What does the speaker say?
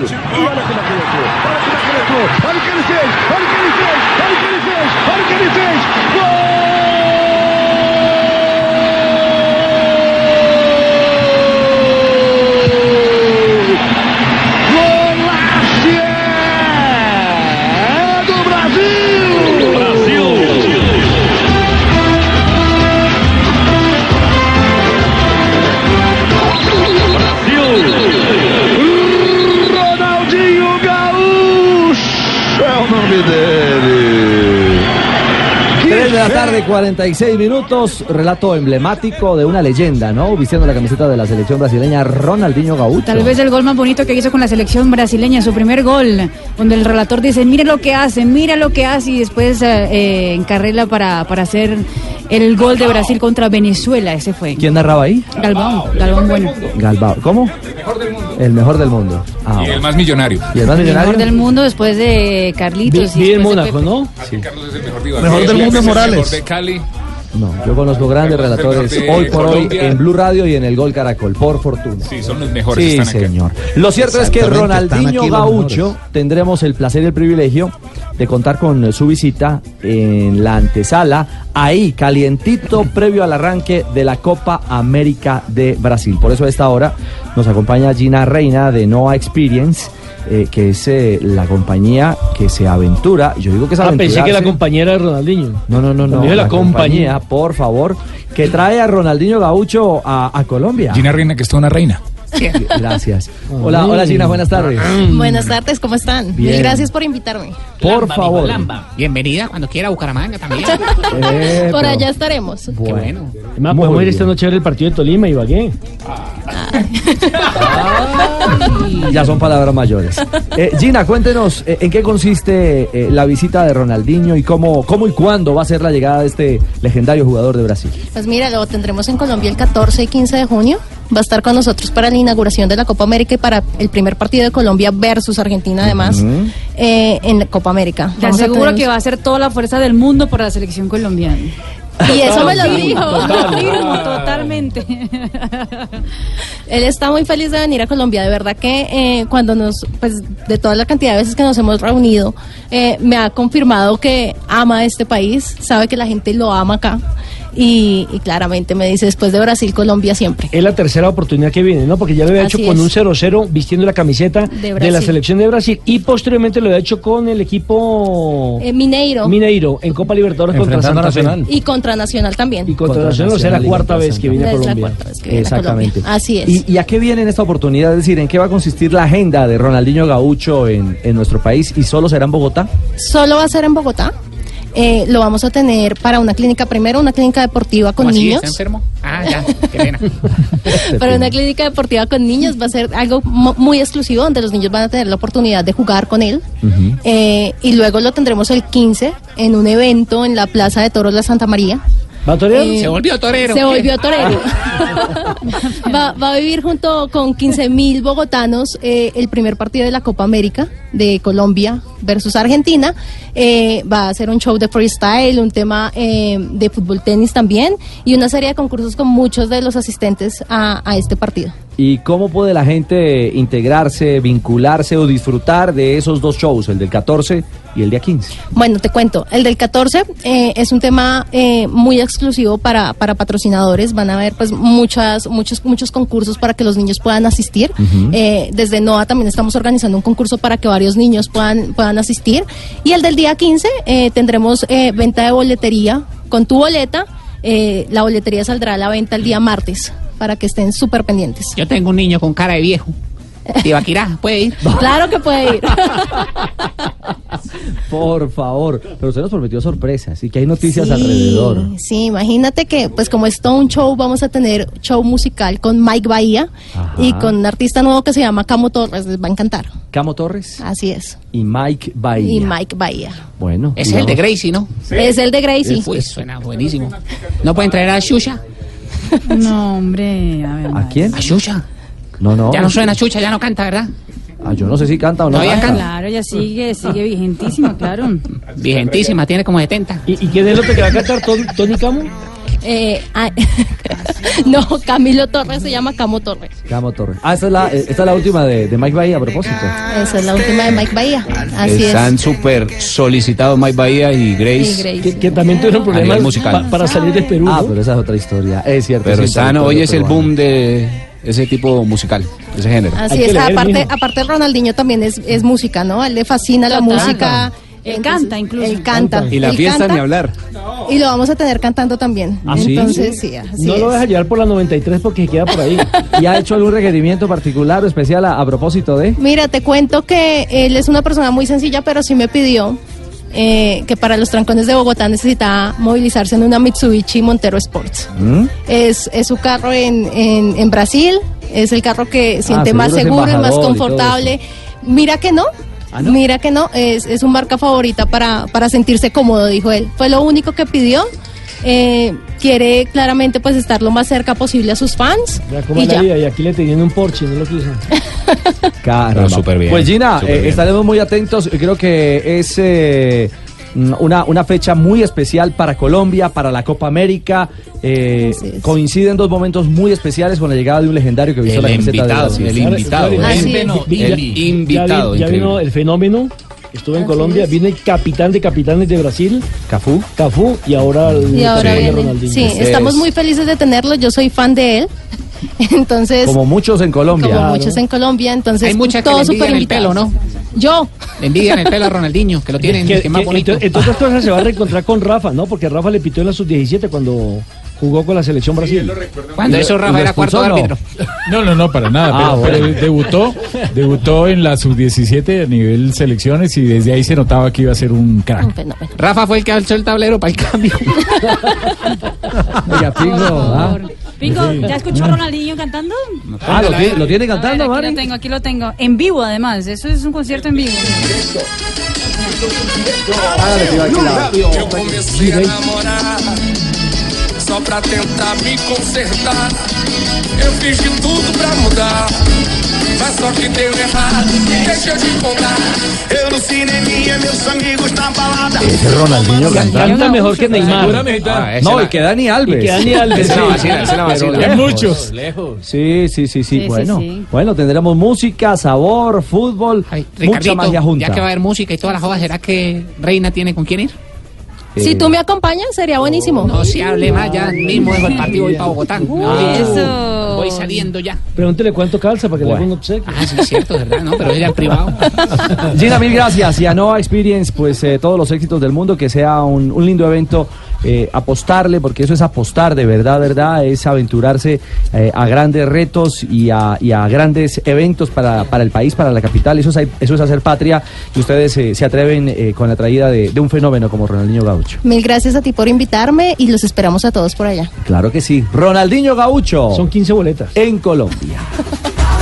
Gaúcho. E olha como é que ele entrou. Olha como é que ele entrou. Olha o que ele fez. Olha o que ele fez. Olha o que ele fez. Olha o que ele fez. Gol! Dele. 3 de la tarde, 46 minutos. Relato emblemático de una leyenda, ¿no? Vistiendo la camiseta de la selección brasileña, Ronaldinho Gaúcho. Tal vez el gol más bonito que hizo con la selección brasileña, su primer gol, donde el relator dice, mira lo que hace, y después encarrila para hacer el gol de Brasil contra Venezuela. Ese fue. ¿Quién narraba ahí? Galvão bueno. Galvão, ¿cómo? El mejor del mundo. Y el más millonario. El mejor del mundo después de Carlitos. Vive en Mónaco, ¿no? Sí. Carlos es el mejor del mundo es Morales. El mejor de Cali. No, yo conozco grandes relatores hoy por hoy en Blue Radio y en el Gol Caracol, por fortuna. Sí, son los mejores. Sí, que están señor. Acá. Lo cierto es que Ronaldinho Gaúcho tendremos el placer y el privilegio de contar con su visita en la antesala, ahí calientito previo al arranque de la Copa América de Brasil. Por eso a esta hora nos acompaña Gina Reina de Noah Experience, que es la compañía que se aventura. Yo digo que es aventurarse. Pensé que la compañera de Ronaldinho. No. La compañía, por favor, que trae a Ronaldinho Gaúcho a Colombia. Gina Reina, que es toda una reina. Gracias. Hola Gina, buenas tardes. Buenas tardes, ¿cómo están? Bien. Mil gracias por invitarme. Por favor. Bienvenida cuando quiera a Bucaramanga también. Por allá estaremos. Bueno. Además, podemos ir esta noche a ver el partido de Tolima y Ibagué. Ya son palabras mayores. Gina, cuéntenos en qué consiste la visita de Ronaldinho y cómo y cuándo va a ser la llegada de este legendario jugador de Brasil. Pues mira, lo tendremos en Colombia el 14 y 15 de junio. Va a estar con nosotros para la inauguración de la Copa América y para el primer partido de Colombia versus Argentina, además, en la Copa América. Te aseguro que va a ser toda la fuerza del mundo por la selección colombiana. Y eso me lo dijo. Totalmente. Él está muy feliz de venir a Colombia. De verdad que cuando de toda la cantidad de veces que nos hemos reunido, me ha confirmado que ama este país, sabe que la gente lo ama acá. Y claramente me dice, después de Brasil, Colombia siempre. Es la tercera oportunidad que viene, ¿no? Porque ya lo había hecho con un 0-0 vistiendo la camiseta de la selección de Brasil y posteriormente lo había hecho con el equipo Mineiro en Copa Libertadores contra Santa Fe. Y contra Nacional también. Y contra Nacional, o sea, la cuarta vez que viene a Colombia. Exactamente. Así es. ¿Y a qué viene en esta oportunidad? Es decir, ¿en qué va a consistir la agenda de Ronaldinho Gaúcho en nuestro país? ¿Y solo será en Bogotá? Solo va a ser en Bogotá. Lo vamos a tener para una clínica, primero una clínica deportiva con niños. ¿Está enfermo? Ya, qué pena. Para una clínica deportiva con niños va a ser algo muy exclusivo donde los niños van a tener la oportunidad de jugar con él. Y luego lo tendremos el 15 en un evento en la Plaza de Toros de Santa María. ¿Va a torear? Se volvió torero. Va a vivir junto con 15.000 bogotanos el primer partido de la Copa América de Colombia versus Argentina. Va a hacer un show de freestyle, un tema de fútbol tenis también y una serie de concursos con muchos de los asistentes a este partido. ¿Y cómo puede la gente integrarse, vincularse o disfrutar de esos dos shows, el del 14 y el día 15? Bueno, te cuento, el del 14 es un tema muy exclusivo para patrocinadores. Van a haber pues muchos concursos para que los niños puedan asistir. Desde NOA también estamos organizando un concurso para que varios niños puedan asistir. Y el del día 15 tendremos venta de boletería con tu boleta. La boletería saldrá a la venta el día martes para que estén súper pendientes. Yo tengo un niño con cara de viejo. Tibaquirá, ¿puede ir? Claro que puede ir. Por favor, pero usted nos prometió sorpresas y que hay noticias alrededor. Sí, imagínate que pues como es todo un show, vamos a tener show musical con Mike Bahía. Ajá. Y con un artista nuevo que se llama Camo Torres, les va a encantar. ¿Camo Torres? Así es. Y Mike Bahía. Bueno. Es el de Gracie, ¿no? Sí. Es el de Gracie. Pues suena buenísimo. ¿No pueden traer a Xuxa? No, hombre. ¿A quién? A Xuxa. No. Ya no suena Xuxa, ya no canta, ¿verdad? Yo no sé si canta o no. Claro, ella sigue vigentísima, claro. Vigentísima, tiene como 70. ¿Y quién es el otro que va a cantar? ¿Tony Camo? No, Camilo Torres se llama Camo Torres. Camo Torres. Esta es la última de Mike Bahía, a propósito. Esa es la última de Mike Bahía. Así Están súper solicitados Mike Bahía y Grace. Que también tuvieron problemas para salir de Perú. Ah, pero esa es otra historia. Es cierto. Pero hoy es el boom de ese tipo musical, de ese género. Así es. Aparte Ronaldinho también es música, ¿no? A él le fascina la música. Él canta incluso. Él canta. Y la fiesta ni hablar. Y lo vamos a tener cantando también. ¿Ah, sí? Entonces, sí, así no es. lo deja llevar por la 93 porque queda por ahí. ¿Y ha hecho algún requerimiento particular o especial a propósito de? Mira, te cuento que él es una persona muy sencilla, pero sí me pidió que para los trancones de Bogotá necesitaba movilizarse en una Mitsubishi Montero Sports. Es su carro en Brasil, es el carro que siente más seguro y más confortable. Mira que no. ¿No? Mira que no, es su marca favorita para sentirse cómodo, dijo él. Fue lo único que pidió. Quiere claramente pues estar lo más cerca posible a sus fans. Y aquí le tenían un Porsche, no lo quiso. Caramba. Súper bien. Pues Gina, estaremos muy atentos. Creo que es una fecha muy especial para Colombia, para la Copa América. Coinciden dos momentos muy especiales con la llegada de un legendario que vistió la camiseta de Brasil. El invitado. Ya vino el fenómeno. Estuvo en Colombia, viene el capitán de capitanes de Brasil, Cafú, y ahora viene Ronaldinho. Sí, estamos muy felices de tenerlo, yo soy fan de él. Entonces, como muchos en Colombia. Entonces hay mucha todos que le envidian el pelo, ¿no? Yo. Le envidian el pelo a Ronaldinho, que lo tienen, que es más bonito. Entre otras cosas se va a reencontrar con Rafa, ¿no? Porque Rafa le pitó en la sub-17 cuando jugó con la selección Brasil. Cuando eso Rafa era cuarto árbitro. No, para nada. Pero debutó en la sub-17 a nivel selecciones y desde ahí se notaba que iba a ser un crack. Rafa fue el que alzó el tablero para el cambio. Oiga, Pingo, ¿ya escuchó a Ronaldinho cantando? ¿Lo tiene cantando, Mari? Aquí lo tengo. En vivo, además. Eso es un concierto en vivo. Eu comecei a namorar só pra tentar me consertar. Eu fiz de tudo pra mudar, mas só que deu errado. Deixa eu te contar. Eu no cineminha, meus amigos na balada. Ese Ronaldinho canta mejor que Neymar. No, y que Dani Alves. Es una vacila. Hay muchos. Sí. Bueno, tendremos música, sabor, fútbol, mucha magia junta. Ya que va a haber música y todas las jodas, ¿será que Reina tiene con quién ir? Si tú me acompañas, sería buenísimo. No se hable más, ya mismo dejo el partido y voy para Bogotá. Eso. Voy saliendo ya. Pregúntele cuánto calza para que le haga un obsequio. Sí, es cierto, ¿verdad? No, pero es ya en privado. Gina, mil gracias. Y a Nova Experience, pues todos los éxitos del mundo, que sea un lindo evento. Apostarle, porque eso es apostar de verdad, es aventurarse a grandes retos y a grandes eventos para el país, para la capital. Eso es hacer patria, y ustedes se atreven con la traída de un fenómeno como Ronaldinho Gaucho. Mil gracias a ti por invitarme y los esperamos a todos por allá. Claro que sí. Ronaldinho Gaucho. Son 15 boletas. En Colombia.